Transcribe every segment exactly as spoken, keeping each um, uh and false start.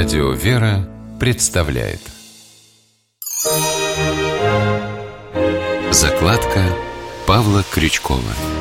Радио «Вера» представляет закладка Павла Крючкова.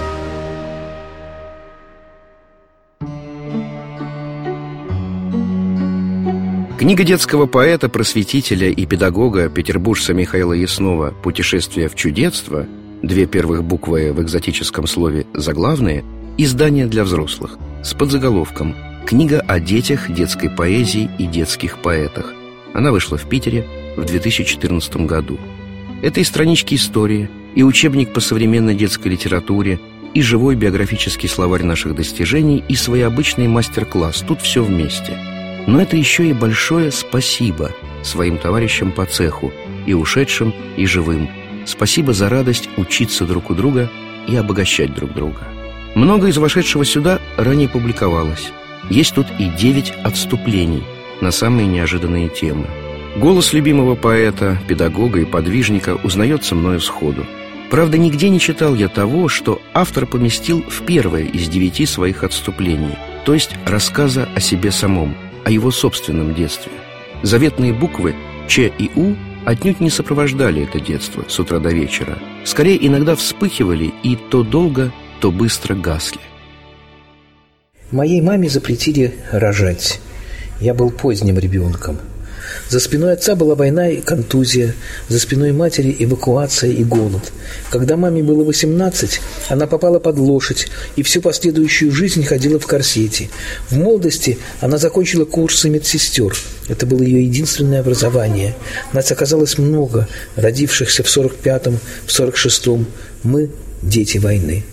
Книга детского поэта, просветителя и педагога петербуржца Михаила Яснова «Путешествие в чудетство», две первых буквы в экзотическом слове заглавные, издание для взрослых с подзаголовком «Книга о детях, детской поэзии и детских поэтах». Она вышла в Питере в две тысячи четырнадцатом году. Это и странички истории, и учебник по современной детской литературе, и живой биографический словарь наших достижений, и своеобычный мастер-класс. Тут все вместе. Но это еще и большое спасибо своим товарищам по цеху, и ушедшим, и живым. Спасибо за радость учиться друг у друга и обогащать друг друга. Много из вошедшего сюда ранее публиковалось. Есть тут и девять отступлений на самые неожиданные темы. Голос любимого поэта, педагога и подвижника узнается мною сходу. Правда, нигде не читал я того, что автор поместил в первое из девяти своих отступлений, то есть рассказа о себе самом, о его собственном детстве. Заветные буквы Ч и У отнюдь не сопровождали это детство с утра до вечера. Скорее, иногда вспыхивали и то долго, то быстро гасли. Моей маме запретили рожать. Я был поздним ребенком. За спиной отца была война и контузия, за спиной матери эвакуация и голод. Когда маме было восемнадцать, она попала под лошадь и всю последующую жизнь ходила в корсете. В молодости она закончила курсы медсестер. Это было ее единственное образование. Нас оказалось много, родившихся в сорок пятом, в сорок шестом. Мы – дети войны.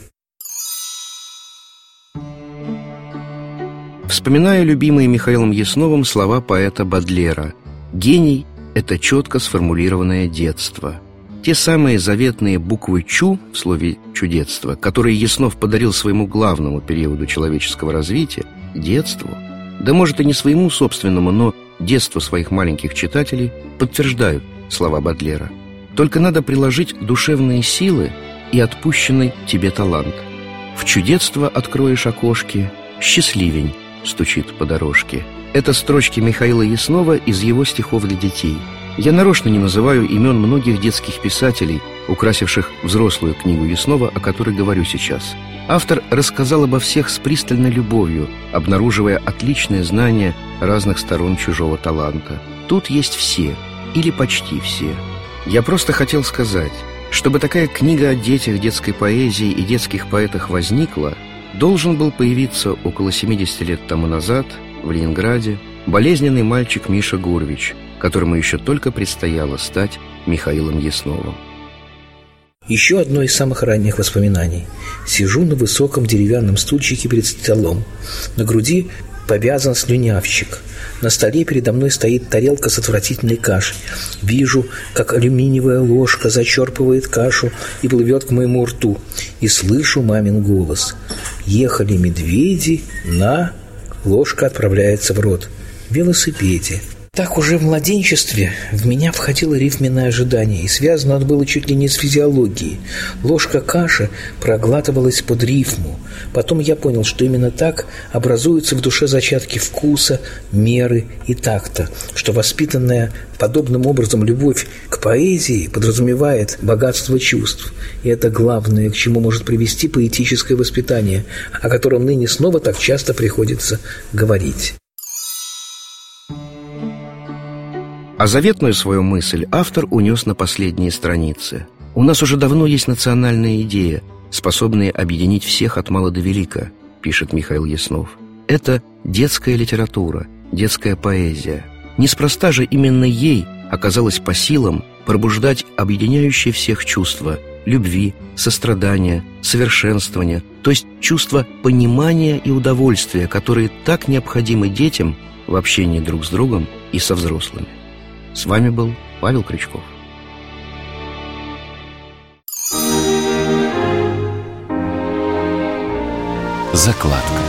Вспоминаю любимые Михаилом Ясновым слова поэта Бодлера: «Гений – это четко сформулированное детство». Те самые заветные буквы «чу» в слове «чудетство», которые Яснов подарил своему главному периоду человеческого развития – детству, да может и не своему собственному, но детству своих маленьких читателей, подтверждают слова Бодлера. Только надо приложить душевные силы и отпущенный тебе талант. В чудетство откроешь окошки, счастливень стучит по дорожке. Это строчки Михаила Яснова из его стихов для детей. Я нарочно не называю имен многих детских писателей, украсивших взрослую книгу Яснова, о которой говорю сейчас. Автор рассказал обо всех с пристальной любовью, обнаруживая отличное знание разных сторон чужого таланта. Тут есть все, или почти все. Я просто хотел сказать, чтобы такая книга о детях, детской поэзии и детских поэтах возникла, должен был появиться около семидесяти лет тому назад в Ленинграде болезненный мальчик Миша Гурвич, которому еще только предстояло стать Михаилом Ясновым. Еще одно из самых ранних воспоминаний. Сижу на высоком деревянном стульчике перед столом. На груди повязан слюнявчик. На столе передо мной стоит тарелка с отвратительной кашей. Вижу, как алюминиевая ложка зачерпывает кашу и плывет к моему рту. И слышу мамин голос: «Ехали медведи на...» Ложка отправляется в рот. «Велосипеде». Так уже в младенчестве в меня входило рифменное ожидание, и связано оно было чуть ли не с физиологией. Ложка каши проглатывалась под рифму. Потом я понял, что именно так образуются в душе зачатки вкуса, меры и такта, что воспитанная подобным образом любовь к поэзии подразумевает богатство чувств. И это главное, к чему может привести поэтическое воспитание, о котором ныне снова так часто приходится говорить. А заветную свою мысль автор унес на последние страницы. «У нас уже давно есть национальная идея, способная объединить всех от мала до велика», пишет Михаил Яснов. Это детская литература, детская поэзия. Неспроста же именно ей оказалось по силам пробуждать объединяющие всех чувства любви, сострадания, совершенствования, то есть чувства понимания и удовольствия, которые так необходимы детям в общении друг с другом и со взрослыми. С вами был Павел Крючков. Закладка.